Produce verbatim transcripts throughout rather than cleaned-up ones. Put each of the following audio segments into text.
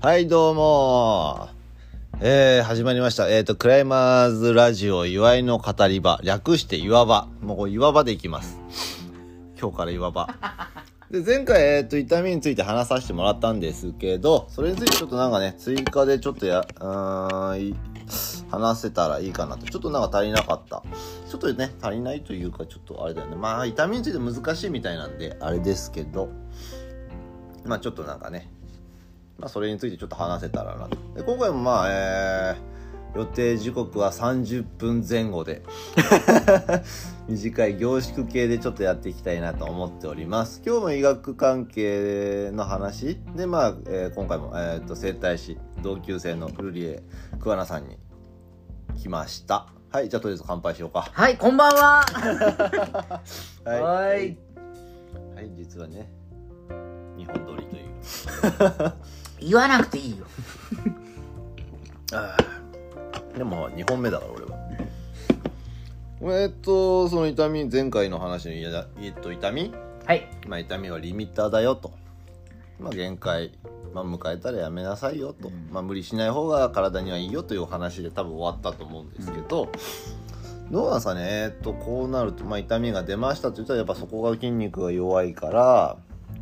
はいどうもえー、始まりました。えっ、ー、とクライマーズラジオ祝いの語り場、略して岩場。もうこれ岩場でいきます。今日から岩場で、前回えっ、ー、と痛みについて話させてもらったんですけど、それについてちょっとなんかね追加でちょっとやうーん話せたらいいかなと。ちょっとなんか足りなかったちょっとね足りないというか、ちょっとあれだよね。まあ痛みについて難しいみたいなんであれですけど、まあちょっとなんかね、まあ、それについてちょっと話せたらなと。で今回もまあ、えー、予定時刻はさんじゅっぷんぜん後で短い凝縮系でちょっとやっていきたいなと思っております。今日も医学関係の話で、まあえー、今回も、えー、と整体師同級生のルリエ桑名さんに来ました。はい、じゃあとりあえず乾杯しようか。 はい、こんばんははい、 はい、 はい、実はねにほん撮りという言わなくていいよあでもにほんめだから俺はえっとその痛み、前回の話のやえっと痛み、 はい、 まあ痛みはリミッターだよと、まあ限界、まあ、迎えたらやめなさいよと、うん、まあ無理しない方が体にはいいよというお話で多分終わったと思うんですけど、うん、どうなんですかね。えっとこうなると、まあ痛みが出ましたって言ったらやっぱそこが筋肉が弱いから、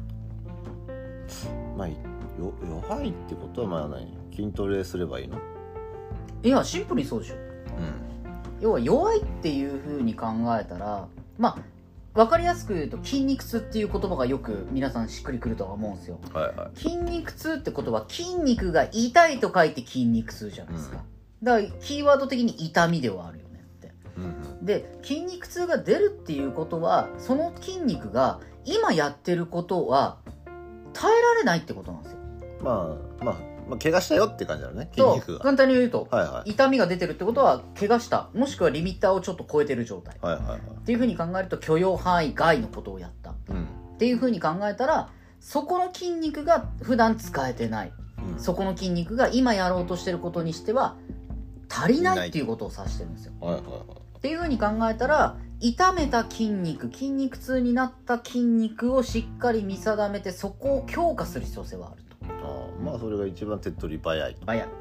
まあよ弱いってことはまあ何、筋トレすればいいの？ いやシンプルにそうでしょ、うん、要は弱いっていう風に考えたら、まあ分かりやすく言うと筋肉痛っていう言葉がよく皆さんしっくりくるとは思うんですよ、はいはい、筋肉痛ってことは筋肉が痛いと書いて筋肉痛じゃないですか、うん、だからキーワード的に痛みではあるよねって、うん、で筋肉痛が出るっていうことはその筋肉が今やってることは耐えられないってことなんですよ。まあまあまあ、怪我したよって感じだよね、筋肉が。 簡単に言うと、 はいはい、 痛みが出てるってことは怪我した、もしくはリミッターをちょっと超えてる状態、はいはいはい、っていうふうに考えると許容範囲外のことをやった、うん、っていうふうに考えたら、そこの筋肉が普段使えてない、うん、そこの筋肉が今やろうとしてることにしては足りないっていうことを指してるんですよ、はいはいはい、っていうふうに考えたら、痛めた筋肉、筋肉痛になった筋肉をしっかり見定めて、そこを強化する必要性はあると。 あ、まあそれが一番手っ取り早いと。 早い。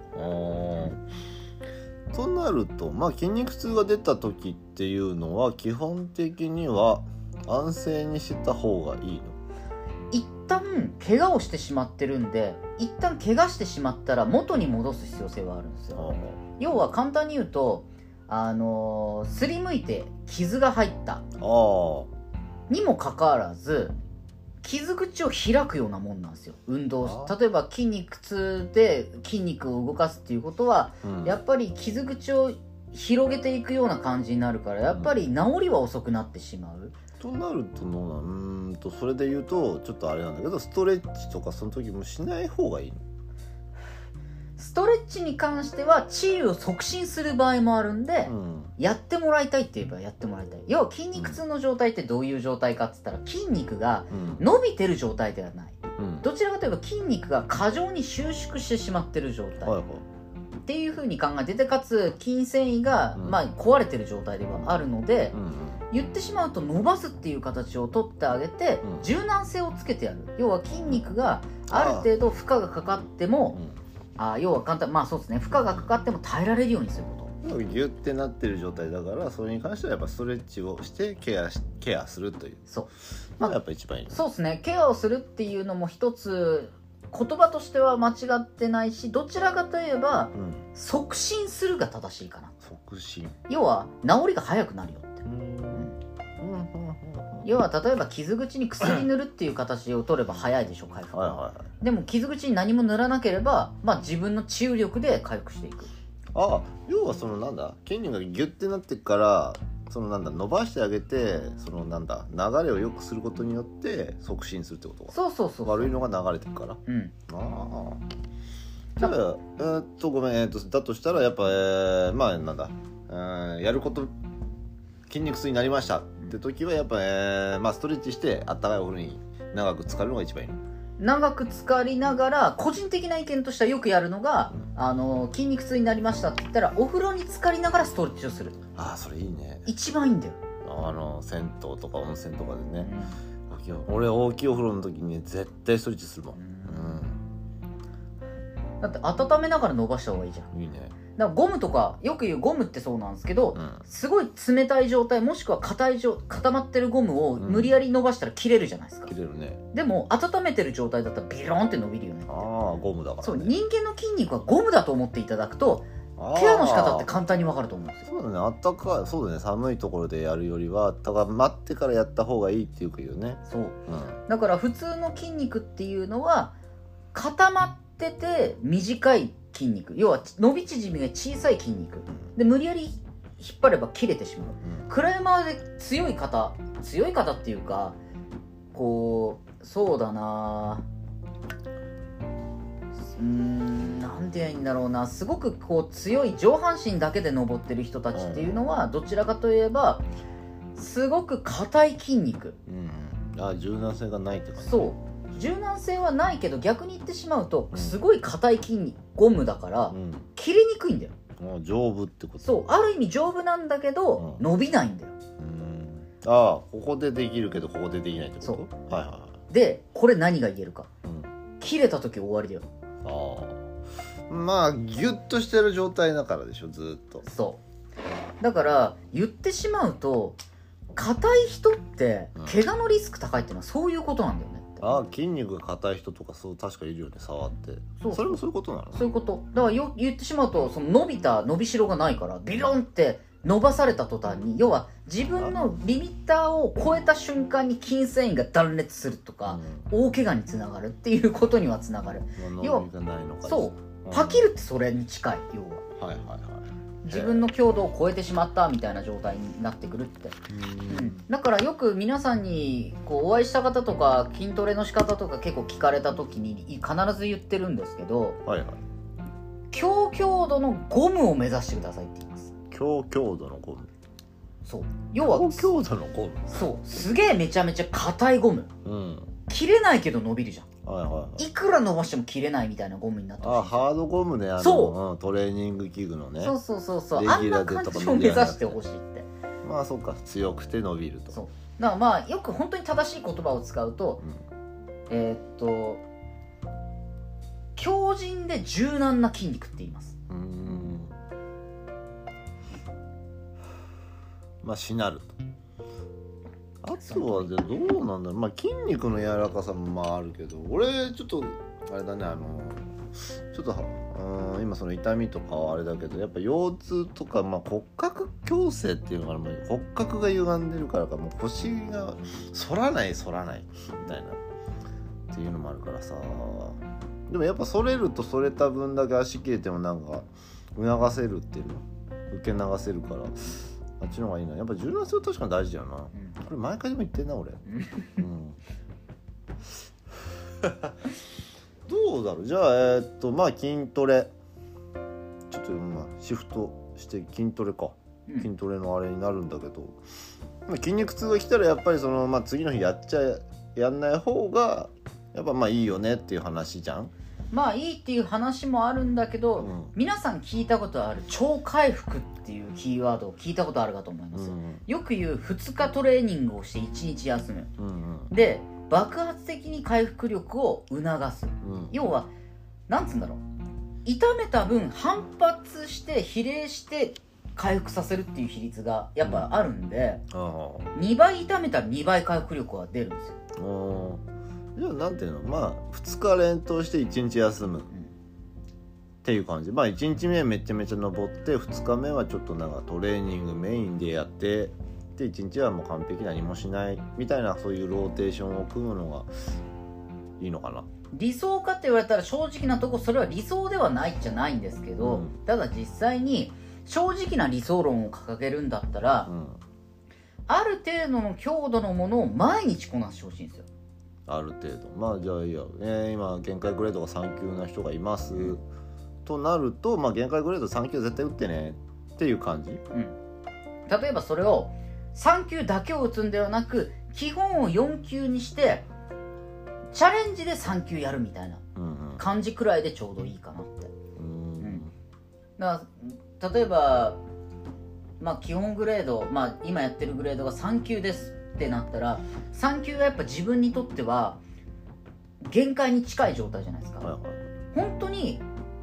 となると、まあ筋肉痛が出た時っていうのは基本的には安静にした方がいいの？ 一旦怪我をしてしまってるんで、一旦怪我してしまったら元に戻す必要性はあるんですよ。要は簡単に言うと、あのー、すりむいて傷が入ったにもかかわらず傷口を開くようなもんなんですよ、運動。例えば筋肉痛で筋肉を動かすっていうことは、うん、やっぱり傷口を広げていくような感じになるから、やっぱり治りは遅くなってしまう、 うん、となるとのうーんとそれで言うとちょっとあれなんだけど、ストレッチとかその時もしない方がいいの？ ストレッチに関しては治癒を促進する場合もあるんで、うん、やってもらいたいって言えばやってもらいたい。要は筋肉痛の状態ってどういう状態かって言ったら、筋肉が伸びてる状態ではない、うん、どちらかといえば筋肉が過剰に収縮してしまってる状態、はいはい、っていう風に考えてて、かつ筋繊維が、うん、まあ、壊れてる状態ではあるので、うんうん、言ってしまうと伸ばすっていう形を取ってあげて、うん、柔軟性をつけてやる。要は筋肉がある程度負荷がかかっても、あ、要は簡単、まあそうですね、負荷がかかっても耐えられるようにすること。 ギュッてなってる状態だから、それに関してはやっぱストレッチをしてケアしケアするという。 そう。 まあやっぱ一番いい、ね。 そうですね。ケアをするっていうのも一つ言葉としては間違ってないし、どちらかといえば、うん、促進するが正しいかな。 促進。 要は治りが早くなるよって。要は例えば傷口に薬塗るっていう形を取れば早いでしょ、回復は、はいはいはい、でも傷口に何も塗らなければ、まあ、自分の治癒力で回復していく。 ああ、要はそのなんだ、筋肉がギュッてなってからそのなんだ伸ばしてあげて、そのなんだ流れを良くすることによって促進するってことか。 そうそうそうそう、 悪いのが流れてるから。うん。ああ。じゃあえー、っとごめん、えー、っとだとしたらやっぱ、えー、まあなんだ、えー、やること筋肉痛になりましたって時はやっぱ、えーまあ、ストレッチしてあったかいお風呂に長く浸かるのが一番いいの？ 長く浸かりながら、個人的な意見としてはよくやるのが、うん、あの筋肉痛になりましたって言ったらお風呂に浸かりながらストレッチをする。 ああ、それいいね。 一番いいんだよ。 あの銭湯とか温泉とかでね、うん、俺大きいお風呂の時に絶対ストレッチするもん、うんだって温めながら伸ばした方がいいじゃん。 いいね。 だからゴムとかよく言うゴムってそうなんですけど、 うん、 すごい冷たい状態もしくは硬い状固まってるゴムを無理やり伸ばしたら切れるじゃないですか、 切れるね。でも温めてる状態だったらビロンって伸びるよね。 ああゴムだから、ね、 そう人間の筋肉はゴムだと思っていただくとケアの仕方って簡単に分かると思うんですよ。 そうだね、あったかい、そうだね、寒いところでやるよりはだから待ってからやった方がいいっていうかよね。 そう、うん、だから普通の筋肉っていうのは固まってて短い筋肉、要は伸び縮みが小さい筋肉で無理やり引っ張れば切れてしまう、うん、クライマーで強い方強い方っていうかこうそうだなうーんなんて言うんいいんだろうな、すごくこう強い上半身だけで登ってる人たちっていうのはどちらかといえばすごく硬い筋肉、 うん、あ柔軟性がないって感じ。 そう柔軟性はないけど逆に言ってしまうとすごい硬い筋肉ゴムだから、うん、切れにくいんだよ。 あ丈夫ってこと。 そうある意味丈夫なんだけど、うん、伸びないんだよ。 うんああここでできるけどここでできないってこと。そうはいはい。 でこれ何が言えるか、うん、切れた時終わりだよ。 ああまあギュッとしてる状態だからでしょずっと。 そうだから言ってしまうと硬い人って怪我のリスク高いっていうのはそういうことなんだよね。 ああ筋肉が硬い人とかそう確かいるよね触って。そうそれもそういうことなの。 そういうことだからよ言ってしまうとその伸びた伸びしろがないからビロンって伸ばされた途端に要は自分のリミッターを超えた瞬間に筋繊維が断裂するとか、うん、大怪我につながるっていうことにはつながる。要はそうパキるってそれに近い要は。はいはいはい自分の強度を超えてしまったみたいな状態になってくるって、うん、だからよく皆さんにこうお会いした方とか筋トレの仕方とか結構聞かれた時に必ず言ってるんですけど、はいはい、強強度のゴムを目指してくださいって言います。強強度のゴム。 そう要は強強度のゴム。 そうすげえめちゃめちゃ硬いゴム、うん、切れないけど伸びるじゃん。はいはいはい、いくら伸ばしても切れないみたいなゴムになってほしい。あハードゴムねあのそう、うん、トレーニング器具のね。 そうそうそうそうあんな感じを目指してほしいって。 まあそうか強くて伸びると。 そうだからまあよく本当に正しい言葉を使うと、うん、えー、っと強靭で柔軟な筋肉って言います。うーんまあしなると。あとはじゃどうなんだろう、まあ、筋肉の柔らかさもまああるけど俺ちょっとあれだねあのちょっとうん今その痛みとかはあれだけどやっぱ腰痛とか、まあ、骨格矯正っていうのかな骨格が歪んでるからかもう腰が反らない反らないみたいなっていうのもあるからさ。でもやっぱ反れると反れた分だけ足切れてもなんか促せるっていうの受け流せるからあっちの方がいいな。やっぱ柔軟性は確かに大事だよな、うん、これ毎回でも言ってんな俺、うん、どうだろうじゃあえー、っとまあ筋トレちょっとまあシフトして筋トレか、うん、筋トレのあれになるんだけど、まあ、筋肉痛が来たらやっぱりその、まあ、次の日やっちゃやんない方がやっぱまあいいよねっていう話じゃん。 まあいいっていう話もあるんだけど、うん、皆さん聞いたことある超回復っていうキーワードを聞いたことあるかと思います、うん、よく言うふつかトレーニングをしていちにち休む、うんうん、で爆発的に回復力を促す、うん、要はなんつうんだろう痛めた分反発して比例して回復させるっていう比率がやっぱあるんで、うん、にばい痛めたらにばい回復力は出るんですよ。 じゃあなんていうのまあふつか連投していちにち休むっていう感じ。まあいちにちめめちゃめちゃ登ってふつかめはちょっとなんかトレーニングメインでやってでいちにちはもう完璧何もしないみたいなそういうローテーションを組むのがいいのかな。 理想かって言われたら正直なとこそれは理想ではないじゃないんですけど、うん、ただ実際に正直な理想論を掲げるんだったら、うん、ある程度の強度のものを毎日こなしてほしいんですよ。 ある程度まあじゃあいいや、えー、今限界グレードがさん級な人がいます、うん、となると、まあ、限界グレードさん級絶対打ってねっていう感じ、うん、 例えばそれをさん級だけを打つんではなく基本をよん級にしてチャレンジでさん級やるみたいな感じくらいでちょうどいいかなって、うんうん、だから例えば、まあ、基本グレード、まあ、今やってるグレードがさん級ですってなったらさん級はやっぱ自分にとっては限界に近い状態じゃないですか、はいはい、本当に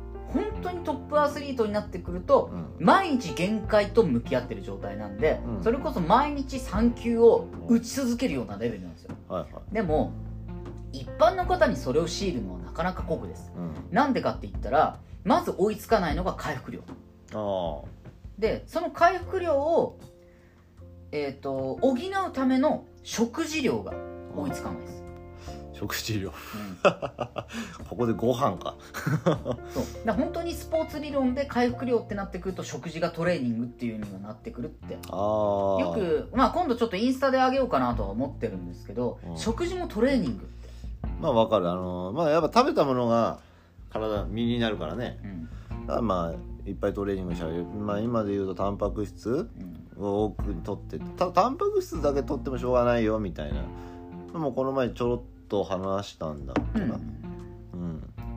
当にトップアスリートになってくると、 うん、 毎日限界と向き合ってる状態なんで、 うん、 それこそ毎日さん球を打ち続けるようなレベルなんですよ、 はいはい、 でも一般の方にそれを強いるのはなかなか酷です、うん、なんでかって言ったらまず追いつかないのが回復量。あでその回復量を、えーと、補うための食事量が追いつかないです。 食事量、うん、ここでご飯かそうだ本当にスポーツ理論で回復量ってなってくると食事がトレーニングっていうにはなってくるって。あよく、まあ、今度ちょっとインスタであげようかなとは思ってるんですけど、うん、食事もトレーニングってまあわかる。あのまあやっぱ食べたものが体身になるからね、うん、だからまあいっぱいトレーニングしたら、まあ、今で言うとタンパク質を多くとってたタンパク質だけとってもしょうがないよみたいなもうこの前ちょろっと話したんだっけな、うん、うん、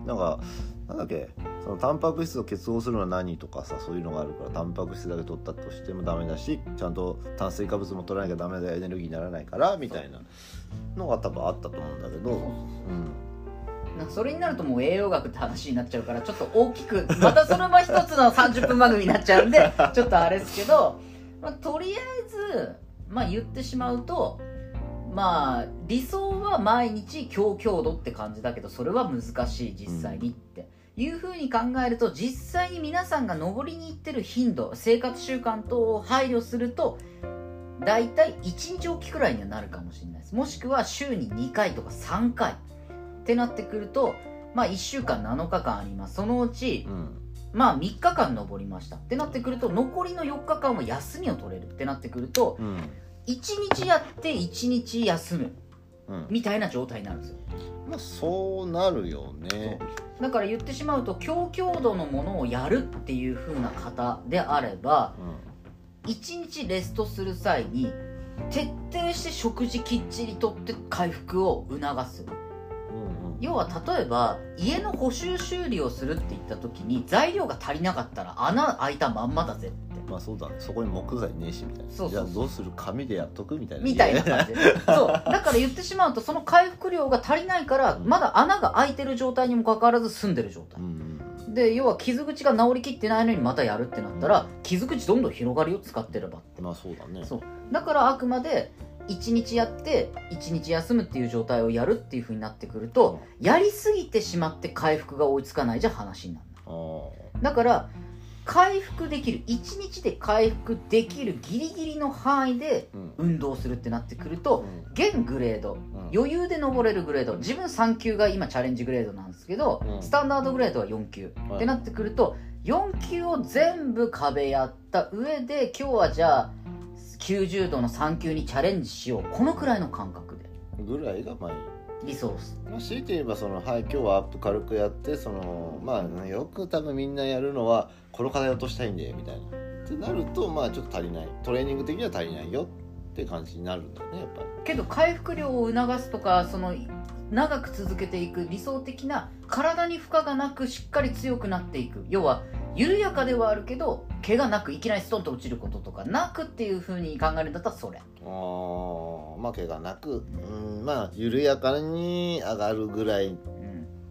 なんかなんだっけそのタンパク質を結合するのは何とかさそういうのがあるからタンパク質だけ取ったとしてもダメだしちゃんと炭水化物も取らなきゃダメだよエネルギーにならないからみたいなのが多分あったと思うんだけど、うん、 なんかそれになるともう栄養学って話になっちゃうからちょっと大きくまたそれは一つのさんじゅっぷん番組になっちゃうんでちょっとあれですけど、まあ、とりあえず、まあ、言ってしまうとまあ理想は毎日強強度って感じだけどそれは難しい実際にっていうふうに考えると実際に皆さんが登りに行ってる頻度生活習慣等を配慮するとだいたいいちにちおきくらいにはなるかもしれないです。もしくは週ににかいとかさんかいってなってくるとまあいっしゅうかんなのかかんあります。そのうち、うん、まあみっかかん登りましたってなってくると残りのよっかかんは休みを取れるってなってくると、うんいちにちやっていちにち休む、うん、みたいな状態になるんですよ。 まあそうなるよね。 だから言ってしまうと強強度のものをやるっていう風な方であれば、うん、いちにちレストする際に徹底して食事きっちりとって回復を促す、うんうん、要は例えば家の補修修理をするって言った時に材料が足りなかったら穴開いたまんまだぜって。 まあそうだね、そこに木材ねえしみたいな。そうそうそう、じゃあどうする紙でやっとくみたいなみたいな感じでそうだから言ってしまうとその回復量が足りないからまだ穴が開いてる状態にもかかわらず住んでる状態、うんうん、で要は傷口が治りきってないのにまたやるってなったら、うん、傷口どんどん広がるよ使ってればって。 まあそうだね。 そうだからあくまでいちにちやっていちにち休むっていう状態をやるっていう風になってくると、うん、やりすぎてしまって回復が追いつかないじゃ話になる。だから回復できるいちにちで回復できるギリギリの範囲で運動するってなってくると、うん、現グレード、うん、余裕で登れるグレード自分さん級が今チャレンジグレードなんですけど、うん、スタンダードグレードはよん級、うん、ってなってくるとよん級を全部壁やった上で今日はじゃあきゅうじゅうどのさん級にチャレンジしようこのくらいの感覚でぐらいがまあいいリソース。 まあ、強いて言えばその、はい、今日はアップ軽くやってその、まあ、よく多分みんなやるのはこの課題落としたいんでみたいなってなるとまあちょっと足りないトレーニング的には足りないよって感じになるんだよねやっぱり。 けど回復量を促すとかその長く続けていく理想的な体に負荷がなくしっかり強くなっていく要は緩やかではあるけど怪我なくいきなりストンと落ちることとかなくっていう風に考えるんだったらそれあまあ怪我なく、うん、まあ緩やかに上がるぐらい、うん、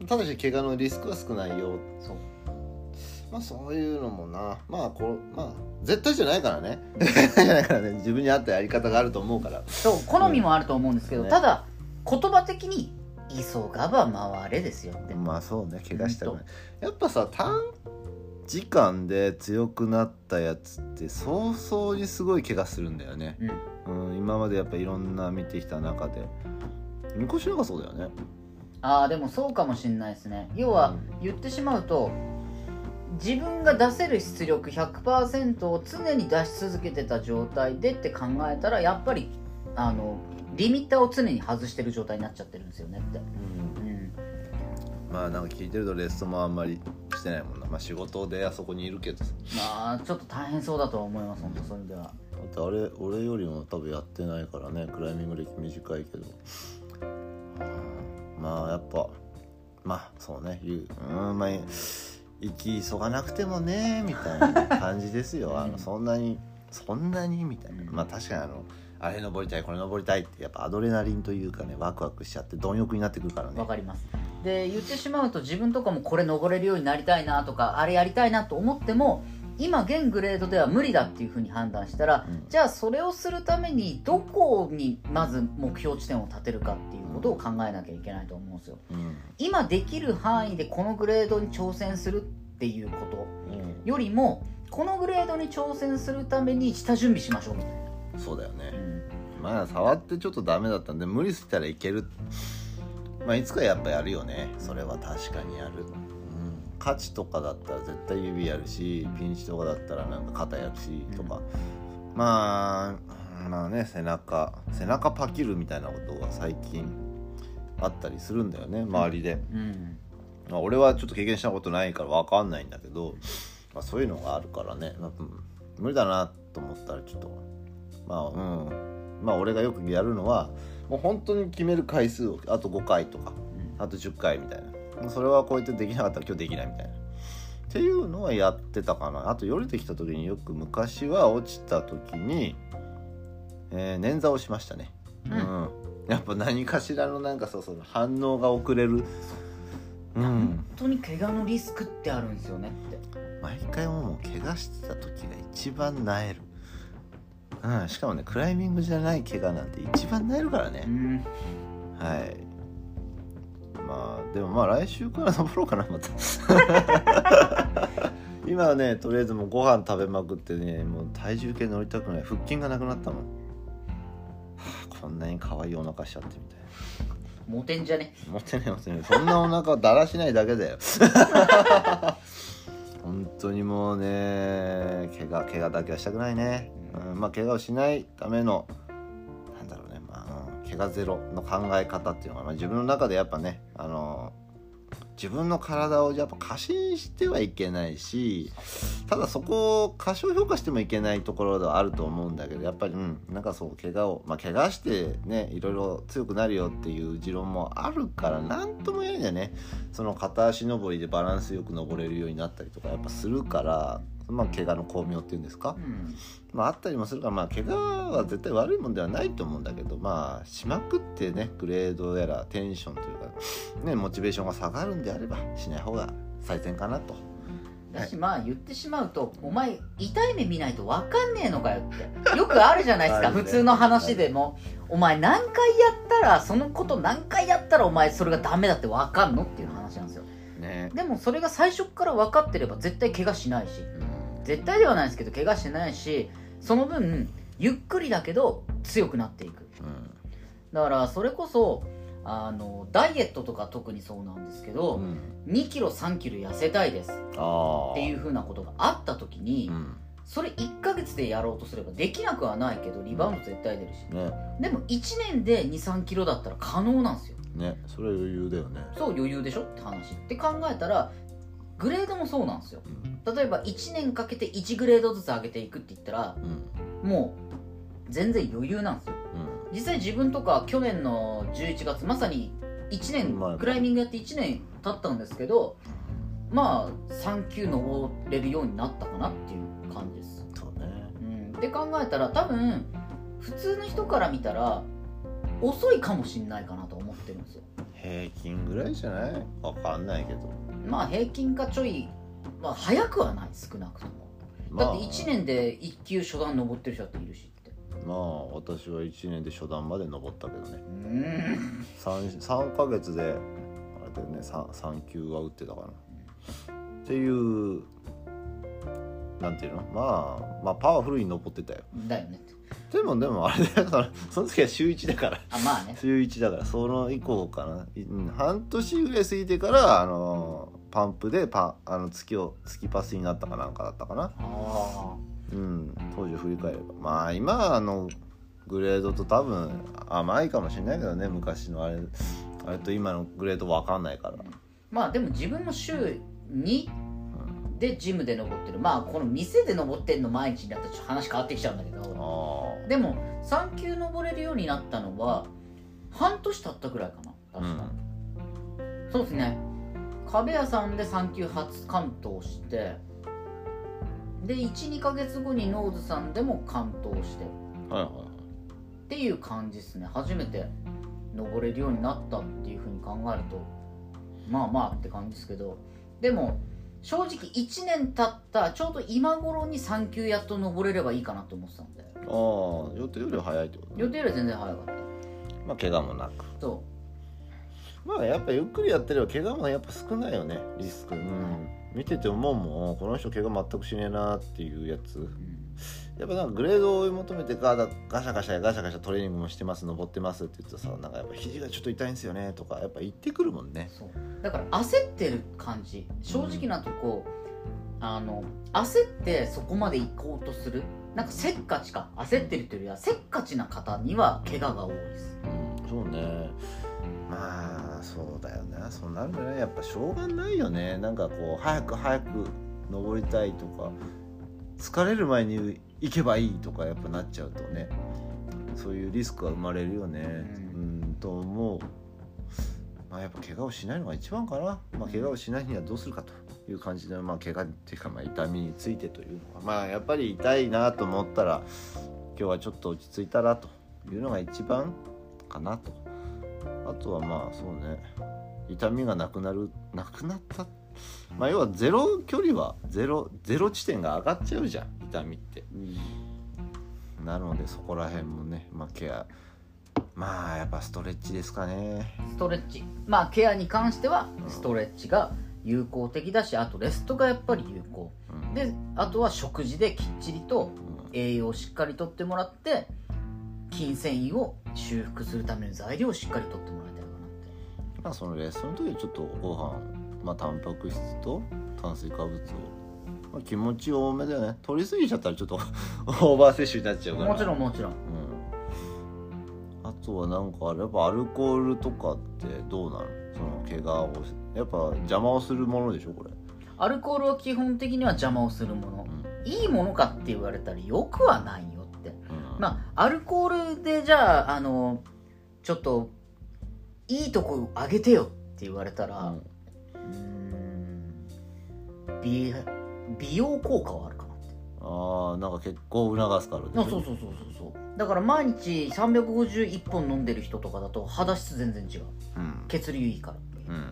ただし怪我のリスクは少ないよ。そうまあそういうのもなまあこうまあ絶対じゃないからねじゃないからね自分に合ったやり方があると思うからそう好みもあると思うんですけど、うん、ただ言葉的に急がば回れですよって。 まあそうね怪我したくない、うん、やっぱさ短時間で強くなったやつって早々にすごい怪我するんだよね、うんうん、今までやっぱいろんな見てきた中でみこしなんかそうだよね。 ああでもそうかもしれないですね。要は言ってしまうと、うん、自分が出せる出力 ひゃくパーセント を常に出し続けてた状態でって考えたらやっぱりあのリミッターを常に外してる状態になっちゃってるんですよねって、うんうん、 まあなんか聞いてるとレストもあんまりしてないもんな。まあ仕事であそこにいるけどさまあちょっと大変そうだとは思います本当そういう意味では。だってあれ俺よりも多分やってないからねクライミング歴短いけどまあやっぱまあそうね言ううんまあ行き急がなくてもねみたいな感じですよあのそんなにそんなにみたいな、うん、まあ確かにあのあれ登りたいこれ登りたいってやっぱアドレナリンというかねワクワクしちゃって貪欲になってくるからね。 わかります。 で言ってしまうと自分とかもこれ登れるようになりたいなとかあれやりたいなと思っても今現グレードでは無理だっていう風に判断したら、うん、じゃあそれをするためにどこにまず目標地点を立てるかっていうことを考えなきゃいけないと思うんですよ、うん、今できる範囲でこのグレードに挑戦するっていうことよりも、うん、このグレードに挑戦するために下準備しましょうみたいな。 そうだよね、うん、まあ触ってちょっとダメだったんで無理したらいける、まあいつかやっぱやるよね。それは確かにやる。価値とかだったら絶対指やるし、ピンチとかだったらなんか肩やるしとか、うん、まあまあね背中背中パキるみたいなことが最近あったりするんだよね周りで、うんまあ、俺はちょっと経験したことないから分かんないんだけど、まあ、そういうのがあるからね、まあ、無理だなと思ったらちょっとまあうんまあ俺がよくやるのはもう本当に決める回数をあとごかいとかあとじゅっかいみたいな、それはこうやってできなかったら今日できないみたいなっていうのはやってたかな。あとよれてきた時によく昔は落ちた時に、えー、捻挫をしましたね、うんうん、やっぱ何かしらのなんかそうそう反応が遅れる、 うん、本当に怪我のリスクってあるんですよねって毎回もう怪我してた時が一番なえる、うん、しかもねクライミングじゃない怪我なんて一番なえるからね、うん、はいまあでもまあ来週から登ろうかなまた今はねとりあえずもうご飯食べまくってねもう体重計乗りたくない腹筋がなくなったもん、はあ、こんなに可愛いお腹しちゃってみたいなモテんじゃねモテねモテねそんなお腹だらしないだけだよ本当にもうね怪我怪我だけはしたくないね、うん、まあ怪我をしないための怪我ゼロの考え方っていうのが、まあ、自分の中でやっぱね、あの自分の体をやっぱ過信してはいけないし、ただそこを過小評価してもいけないところではあると思うんだけど、やっぱりうんなんかそう怪我をまあ怪我してねいろいろ強くなるよっていう持論もあるからなんとも言えないんだよね。その片足登りでバランスよく登れるようになったりとかやっぱするから。まあ、怪我の巧妙っていうんですか、うんまあ、あったりもするから、まあ、怪我は絶対悪いもんではないと思うんだけど、まあ、しまくってねグレードやらテンションというか、ね、モチベーションが下がるんであればしない方が最善かなと。 だしまあ言ってしまうとお前痛い目見ないと分かんねえのかよってよくあるじゃないですか普通の話でもお前何回やったらそのこと何回やったらお前それがダメだって分かんのっていう話なんですよ、ね、でもそれが最初から分かってれば絶対怪我しないし、うん絶対ではないですけど怪我してないしその分ゆっくりだけど強くなっていく、うん、だからそれこそあのダイエットとか特にそうなんですけど、うん、にキロさんキロ痩せたいですっていう風なことがあった時に、うん、それいっかげつでやろうとすればできなくはないけどリバウンド絶対出るし、ね、でもいちねんでにさんキロだったら可能なんですよね。それは余裕だよね。 そう余裕でしょって話って考えたらグレードもそうなんですよ、うん、例えばいちねんかけていちグレードずつ上げていくって言ったら、うん、もう全然余裕なんですよ、うん、実際自分とか去年のじゅういちがつまさにいちねん、まあ、クライミングやっていちねん経ったんですけどまあさん級登れるようになったかなっていう感じです。 そうね、 うん、って考えたら多分普通の人から見たら遅いかもしんないかなと思ってるんですよ。 平均ぐらいじゃない？わかんないけどまあ平均かちょい、まあ、早くはない少なくとも、まあ、だっていちねんでいっ級初段登ってる人だっているしってまあ私はいちねんで初段まで登ったけどねうん 3, さんかげつであれだよね 3, さん級は打ってたかな、うん、っていうなんていうの、まあ、まあパワフルに登ってたよだよね。 でもでもあれだからその時は週いちだからあまあね週いちだからその以降かな、うん、半年ぐらい過ぎてからあのパンプでパあの月を月パスになったかなんかだったかなあ、うん、当時振り返ればまあ今あのグレードと多分甘いかもしれないけどね昔のあれあれと今のグレード分かんないからまあでも自分も週にでジムで登ってるまあこの店で登ってんの毎日になったらちょっと話変わってきちゃうんだけどでもさん級登れるようになったのは半年経ったぐらいかな確か、うん、そうですね壁屋さんでさん級初完登してで いち,に ヶ月後にノーズさんでも完登して、はいはい、っていう感じですね。初めて登れるようになったっていう風に考えるとまあまあって感じですけど、でも正直いちねん経ったちょうど今頃にさん級やっと登れればいいかなと思ってたんで。 ああ、予定よりは早いってことね。 予定よりは全然早かった。 まあ怪我もなく。 そまあやっぱゆっくりやってれば怪我もやっぱ少ないよね、リスク。うん。見てて思うもん、この人怪我全くしねえなっていうやつ。うん、やっぱなんかグレードを追い求めてガガシャガシャガシャガシャトレーニングもしてます、登ってますって言うとさ、なんかやっぱ肘がちょっと痛いんですよねとかやっぱ言ってくるもんね。 そうだから焦ってる感じ、正直なとこ、うん、あの焦ってそこまで行こうとする、なんかせっかちか、焦ってるというよりはせっかちな方には怪我が多いです。 うん、そうね。まあそうだよな、そうなるんだね。やっぱしょうがないよね。なんかこう早く早く登りたいとか、疲れる前に行けばいいとかやっぱなっちゃうとね、そういうリスクは生まれるよね。うん、うんと思う。まあやっぱ怪我をしないのが一番かな。まあ怪我をしないにはどうするかという感じで、まあ怪我っていうかまあ痛みについてというのは、まあやっぱり痛いなと思ったら今日はちょっと落ち着いたらというのが一番かなと。あとはまあそうね、痛みがなくなるなくなったまあ要はゼロ距離はゼロゼロ地点が上がっちゃうじゃん、痛みって、うん、なのでそこら辺もね、まあケア、まあやっぱストレッチですかね。 ストレッチ、まあケアに関してはストレッチが有効的だし、あとレストがやっぱり有効、うん、であとは食事できっちりと栄養をしっかりとってもらって筋繊維を修復するための材料をしっかりとってもらいたいかなって。 まあそのレストの時はちょっとご飯、まあタンパク質と炭水化物を、まあ、気持ち多めだよね。取りすぎちゃったらちょっとオーバー摂取になっちゃうから。 もちろんもちろん、 うん、あとはなんかやっぱアルコールとかってどうなの？その怪我をやっぱ邪魔をするものでしょこれ。 アルコールは基本的には邪魔をするもの、うん、いいものかって言われたらよくはないよって、うん、まあアルコールでじゃああのちょっといいとこ上げてよって言われたら、うん、うーん 美, 美容効果はあるかなって。 ああ、なんか結構促すからね。 そうそうそうそうそうだから毎日さんびゃくごじゅういっぽん飲んでる人とかだと肌質全然違う、うん、血流いいから、うんうん、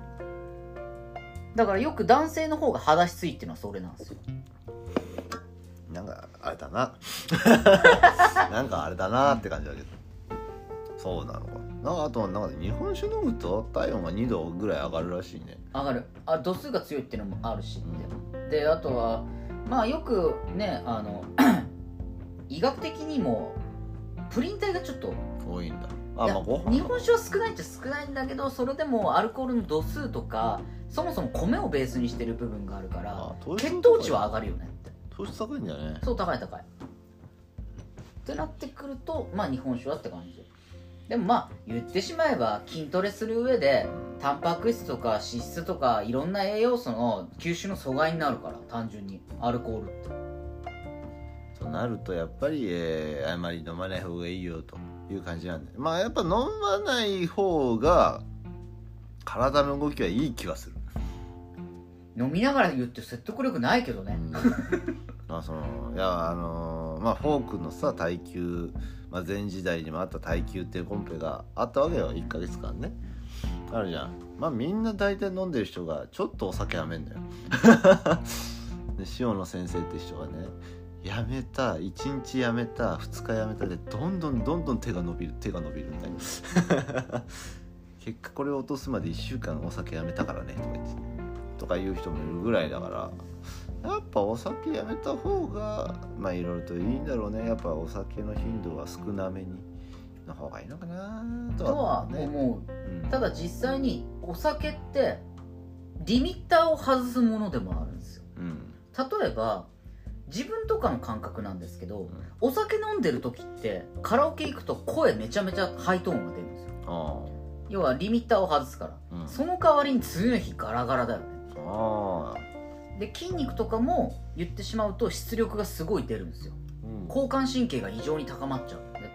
だからよく男性の方が肌質いいっていうのはそれなんですよ。 なんかあれだななんかあれだなって感じだけど、そうなのかなんか。あとはなんか日本酒飲むと体温がにどぐらい上がるらしいね。 上がる、あ度数が強いっていうのもあるし、うん、であとはまあよくねあの医学的にもプリン体がちょっと多いんだ。あ、まあ、ご飯日本酒は少ないっちゃ少ないんだけど、それでもアルコールの度数とかそもそも米をベースにしてる部分があるから血糖値は上がるよねって。 糖質高いんだよね。 そう高い高いってなってくると、まあ日本酒はって感じ。でもまあ言ってしまえば筋トレする上でタンパク質とか脂質とかいろんな栄養素の吸収の阻害になるから、単純にアルコールってとなるとやっぱり、えー、あまり飲まない方がいいよという感じなんで、まあやっぱ飲まない方が体の動きはいい気がする。 飲みながら言って説得力ないけどね、うん、 まあそのいやあのー、まあフォークのさ耐久、まあ、前時代にもあった耐久っていうコンペがあったわけよ。いっかげつかんねあるじゃん。まあみんな大体飲んでる人がちょっとお酒やめんだよで塩野先生って人がね、やめたいちにちやめたふつかやめたでどんどんどんどん手が伸びる手が伸びるみたいな結果これを落とすまでいっしゅうかんお酒やめたからねとか言ってとか言う人もいるぐらいだから、やっぱお酒やめた方がまあいろいろといいんだろうね。やっぱお酒の頻度は少なめにの方がいいのかなとは、ね、 とは思う、うん、ただ実際にお酒ってリミッターを外すものでもあるんですよ、うん、例えば自分とかの感覚なんですけど、うん、お酒飲んでる時ってカラオケ行くと声めちゃめちゃハイトーンが出るんですよ。あ要はリミッターを外すから、うん、その代わりに次の日ガラガラだよね。あで筋肉とかも言ってしまうと出力がすごい出るんですよ、うん、交感神経が異常に高まっちゃうんだって。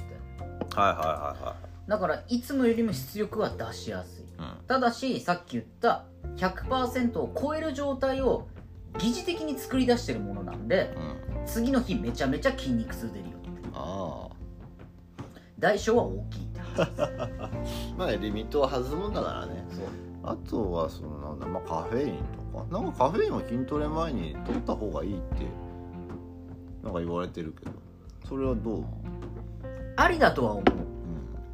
はいはいはいはい。 だからいつもよりも出力は出しやすい、うん、ただしさっき言った ひゃくパーセント を超える状態を疑似的に作り出してるものなんで、うん、次の日めちゃめちゃ筋肉痛出るよって。あ代償は大きいって話ですまあリミットは外すもんだからね。そうあとはそのなんだ、まあ、カフェインとかなんかカフェインは筋トレ前に取った方がいいってなんか言われてるけどそれはどう思う？ ありだとは思う、うん、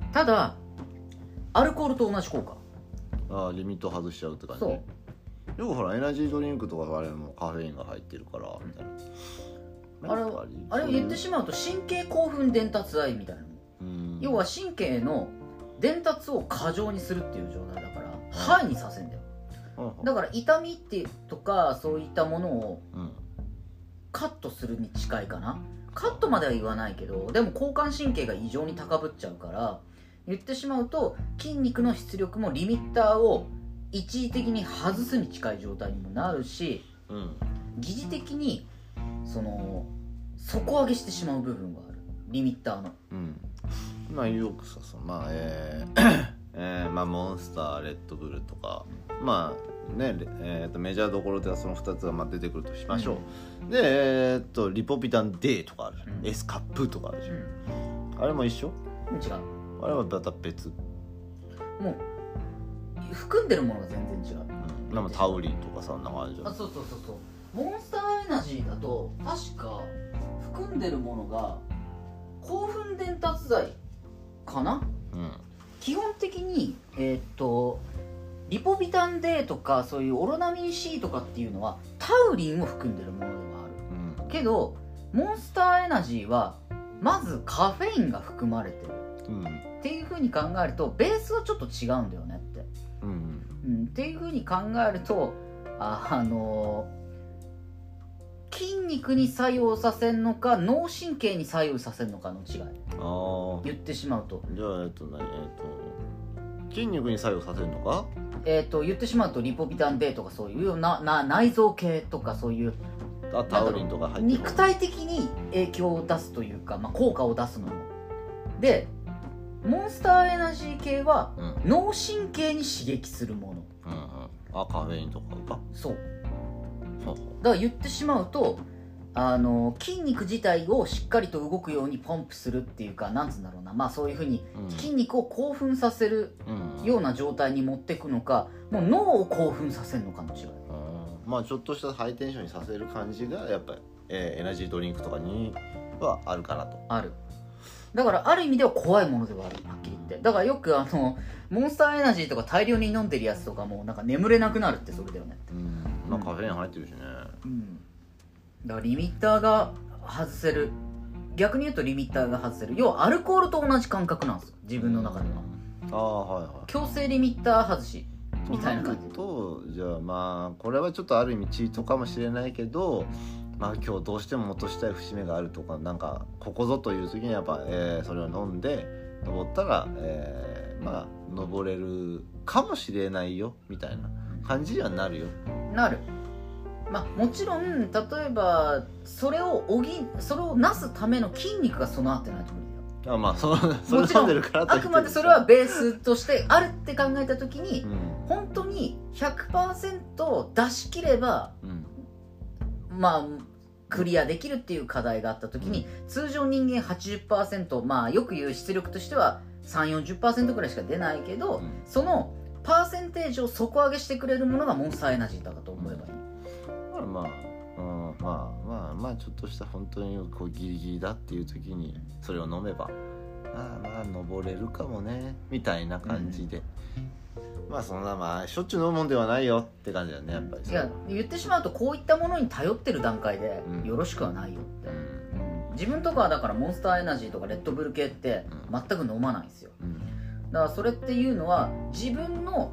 ただアルコールと同じ効果。 ああリミット外しちゃうって感じ。 そうよくほらエナジードリンクとかあれもカフェインが入ってるからみたいな。 あれあれを言ってしまうと神経興奮伝達剤みたいな、うん、要は神経の伝達を過剰にするっていう状態だから、うん、ハイにさせんだよ、うん、だから痛みってとかそういったものをカットするに近いかな。カットまでは言わないけどでも交感神経が異常に高ぶっちゃうから言ってしまうと筋肉の出力もリミッターを一時的に外すに近い状態にもなるし、うん、疑似的にその底上げしてしまう部分があるリミッターの、うん、 まあよくさそのまあえーえー、まあモンスターレッドブルとかまあねえー、とメジャーどころではそのふたつがまあ出てくるとしましょう、うん、でえー、っとリポビタン D とかあるじゃん、うん、S カップとかあるじゃん、うん、あれも一緒？ 違う。 あれはまた別。 もう含んでるものが全然違う、 うん、なんかタウリンとかさなんかあるじゃん。 あそうそうそうそうモンスターエナジーだと確か含んでるものが興奮伝達剤かな、うん、基本的にえー、っとリポビタン D とかそういうオロナミン C とかっていうのはタウリンを含んでるものではある、うん、けどモンスターエナジーはまずカフェインが含まれてる、うん、っていう風に考えるとベースはちょっと違うんだよねって、うんうん、っていう風に考えるとあ、あのー、筋肉に作用させるのか脳神経に左右させるのかの違い。あ言ってしまうとじゃあえっと何えっと筋肉に作用させるのかえっと言ってしまうとリポビタン D とかそういうなな内臓系とかそういうあタウリンとか入ってる肉体的に影響を出すというか、まあ、効果を出すのもでモンスターエナジー系は脳神経に刺激するもの、 うんうん、あカフェインとかかそうだから言ってしまうとあの筋肉自体をしっかりと動くようにポンプするっていうかなんつうんだろうなまあそういうふうに筋肉を興奮させるような状態に持っていくのかもう脳を興奮させるのかの違い、うん、 まあちょっとしたハイテンションにさせる感じがやっぱり、えー、エナジードリンクとかにはあるかなと。 ある。だからある意味では怖いものではあるはっきり言って。だからよくあのモンスターエナジーとか大量に飲んでるやつとかもなんか眠れなくなるってそれだよね。 うんまあカフェイン入ってるしね、 うん、だからリミッターが外せる逆に言うとリミッターが外せる要はアルコールと同じ感覚なんですよ自分の中では、 うん、ああはいはい強制リミッター外しみたいな感じとじゃあまあこれはちょっとある意味チートかもしれないけどまあ今日どうしても落としたい節目があるとかなんかここぞという時にやっぱ、えー、それを飲んで登ったら、えー、まあ登れるかもしれないよみたいな感じにはなるよ。 なる。まあもちろん例えばそれを補それをなすための筋肉が備わってないと無理だよ。 あまあそそれ飲んでるからあくまでそれはベースとしてあるって考えた時に、うん、本当に ひゃくパーセント 出し切れば、うん、まあクリアできるっていう課題があった時に、うん、通常人間 はちじゅっパーセント まあよく言う出力としては さんじゅう、よんじゅっパーセント ぐらいしか出ないけど、うん、そのパーセンテージを底上げしてくれるものがモンスターエナジーだと思えばいい、 うん、まあ、うん、まあまあまあちょっとした本当にこうギリギリだっていう時にそれを飲めばまあまあ登れるかもねみたいな感じで、うん、まあそんなまあしょっちゅう飲むもんではないよって感じだよねやっぱり。 いや言ってしまうとこういったものに頼ってる段階でよろしくはないよって、うんうん、自分とかはだからモンスターエナジーとかレッドブル系って全く飲まないんですよ、うん、だからそれっていうのは自分の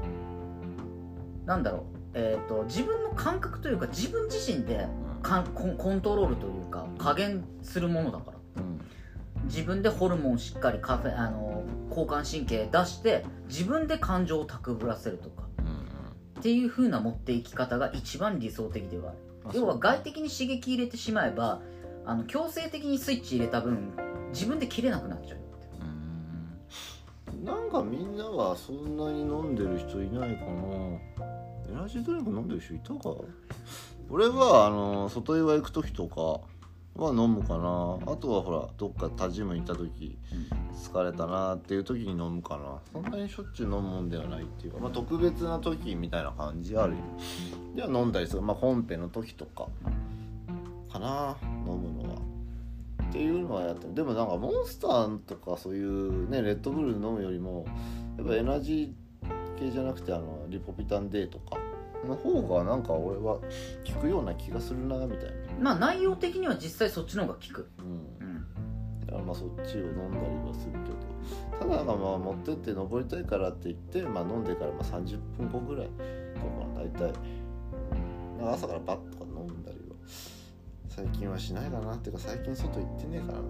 なんだろう、えーと、自分の感覚というか自分自身でかんコントロールというか加減するものだから、うん、自分でホルモンをしっかりカフェあの交感神経出して自分で感情を高ぶらせるとか、うんうん、っていう風な持っていき方が一番理想的ではある。要は外的に刺激入れてしまえばあの強制的にスイッチ入れた分自分で切れなくなっちゃう。 なんかみんなはそんなに飲んでる人いないかな。エナジードリンク飲んでる人いたか。俺はあの外岩行く時とかは飲むかな。あとはほらどっか他ジム行った時、うん、疲れたなっていう時に飲むかな。そんなにしょっちゅう飲むもんではないっていうか、まあ、特別な時みたいな感じあるよ。では飲んだりする、まあ、本編の時とかかな、飲むのはっていうのはやってる。でもなんかモンスターとかそういうねレッドブル飲むよりもやっぱエナジー系じゃなくてあのリポビタン D とかの方がなんか俺は効くような気がするなみたいな。 まあ内容的には実際そっちの方が効く。 うん、うん、だからまあそっちを飲んだりはするけど、ただなんかまあ持ってって登りたいからって言って、まあ、飲んでからまあさんじゅっぷんごぐらいとか大体朝からバッとか飲んだりは最近はしないかな。っていうか最近外行ってねえから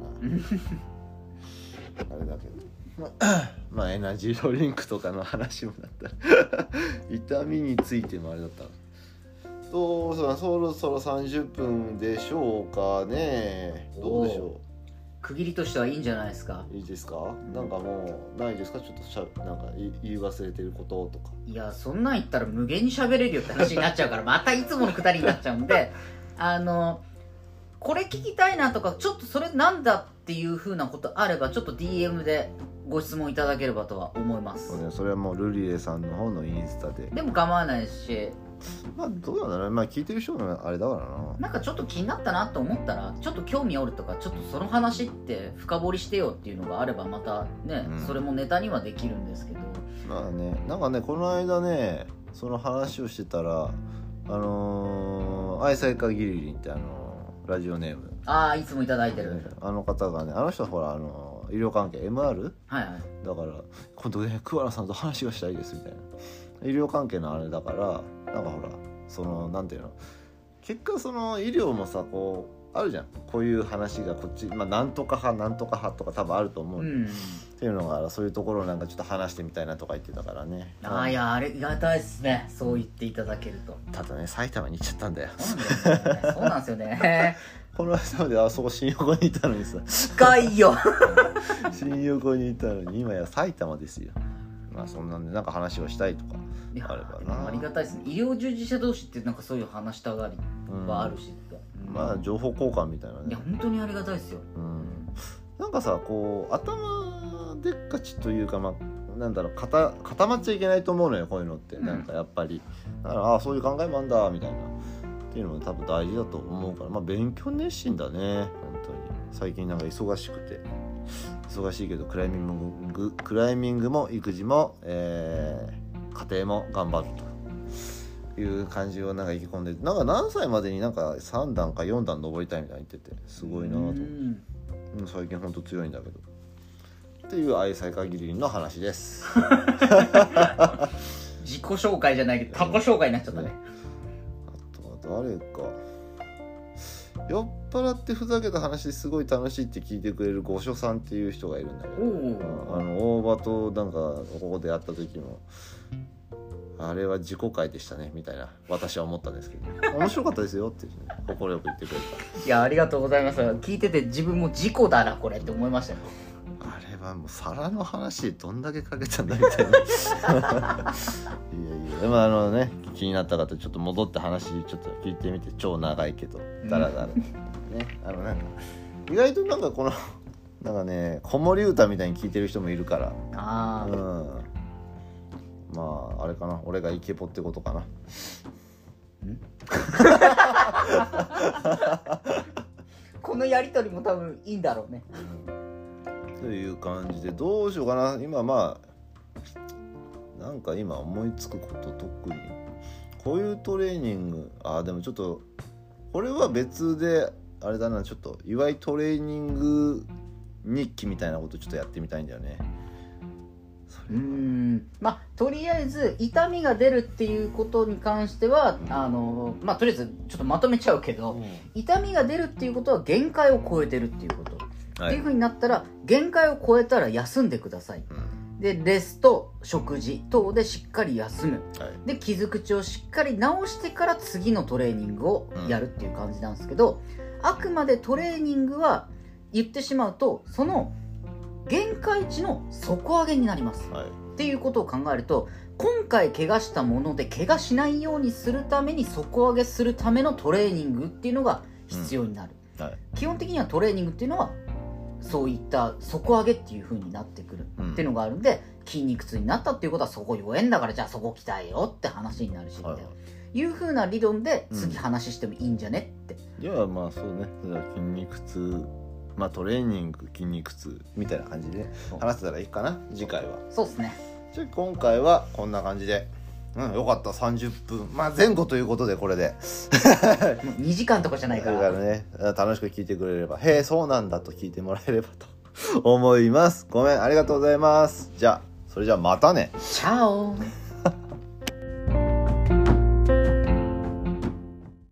なあれだけどまあ、まあエナジードリンクとかの話もだったら痛みについてもあれだったらどうそろそろさんじゅっぷんでしょうかね。どうでしょう。 区切りとしてはいいんじゃないですか。 いいですか。なんかもうないですか。ちょっとしゃなんか言い忘れてることとか。 いやそんなん言ったら無限に喋れるよって話になっちゃうからまたいつものくだりになっちゃうんであのこれ聞きたいなとかちょっとそれなんだっていう風なことあればちょっと ディーエム でご質問いただければとは思います。 そう、ね、それはもうルリエさんの方のインスタででも構わないし、 まあどうなんだろう、まあ聞いてる人のあれだからな。 なんかちょっと気になったなと思ったらちょっと興味あるとかちょっとその話って深掘りしてよっていうのがあればまたね、うん、それもネタにはできるんですけど、 まあね、なんかねこの間ねその話をしてたらあのー、愛妻家ギリリンってあのー、ラジオネームああいつもいただいてる、 ね、あの方がねあの人はほらあのー医療関係 エムアール、 はいはい、 だから今度ね桑名さんと話がしたいですみたいな医療関係のあれだからなんかほらそのなんていうの結果その医療もさこうあるじゃんこういう話がこっちまあなんとか派なんとか派とか多分あると思う、うん、っていうのがそういうところをなんかちょっと話してみたいなとか言ってたからね。 ああいやあれがたいですねそう言っていただけると。 ただね埼玉に行っちゃったんだよ。 そうなんですよねこの間まであそこ新横にいたのにさ近いよ新横にいたのに今や埼玉ですよ。まあそんなんでなんか話をしたいとかあればな。 ありがたいですね。医療従事者同士ってなんかそういう話したがりはあるし、 うんうん、まあ情報交換みたいなね。 いや本当にありがたいですよ、 うん、なんかさこう頭でっかちというかまあなんだろう固固まっちゃいけないと思うのよこういうのって、うん、なんかやっぱりだからああそういう考えもあんだみたいなっていうのも多分大事だと思うから、まあ勉強熱心だね本当に。最近なんか忙しくて忙しいけどクライミングクライミングも育児も、えー、家庭も頑張るという感じをなんか意気込んでなんか何歳までになんかさん段かよん段登りたいみたいに言っててすごいなと思って、うん、最近ほんと強いんだけどっていう愛妻家ギリリンの話です自己紹介じゃないけど他己紹介になっちゃったね。 あとは誰か酔っ払ってふざけた話すごい楽しいって聞いてくれる御所さんっていう人がいるんだけど、あの大場となんかここで会った時もあれは自己回でしたねみたいな私は思ったんですけど面白かったですよって快、ね、く言ってくれた。 いやありがとうございます。聞いてて自分も事故だなこれって思いましたよ。 あれはもう皿の話どんだけかけたんだみたいないやいやでもあのね気になった方ちょっと戻って話ちょっと聞いてみて超長いけどだらだら、うん、ねあのなんか意外となんかこのなんかね子守歌みたいに聞いてる人もいるからあ、うん、 まああれかな俺がイケボってことかな。 このやりとりも多分いいんだろうね、 うん、という感じでどうしようかな今まあなんか今思いつくこと特にこういうトレーニングあでもちょっとこれは別であれだなちょっと岩井トレーニング日記みたいなことちょっとやってみたいんだよね。 うーんまあとりあえず痛みが出るっていうことに関しては、うん、あのまあとりあえずちょっとまとめちゃうけど、うん、痛みが出るっていうことは限界を超えてるっていうこと、はい、っていう風になったら限界を超えたら休んでください、うん、でレスト食事等でしっかり休む、はい、で傷口をしっかり治してから次のトレーニングをやるっていう感じなんですけど、うん、あくまでトレーニングは言ってしまうとその限界値の底上げになります、はい、っていうことを考えると今回怪我したもので怪我しないようにするために底上げするためのトレーニングっていうのが必要になる、 はい、 基本的にはトレーニングっていうのはそういった底上げっていう風になってくるっていうのがあるんで、うん、筋肉痛になったっていうことはそこ弱えんだからじゃあそこ鍛えよって話になるし、はいはい、いう風な理論で次話してもいいんじゃねって、 うん、いやまあそうね、筋肉痛、まあトレーニング筋肉痛みたいな感じで話せたらいいかな次回は。 そうですね。 じゃあ今回はこんな感じで、うん、よかった。さんじゅっぷん、まあ前後ということでこれでにじかんとかじゃないからだからね、楽しく聞いてくれれば、へえそうなんだと聞いてもらえればと思います。ごめん、ありがとうございます。じゃあそれじゃあまたね。 チャオ。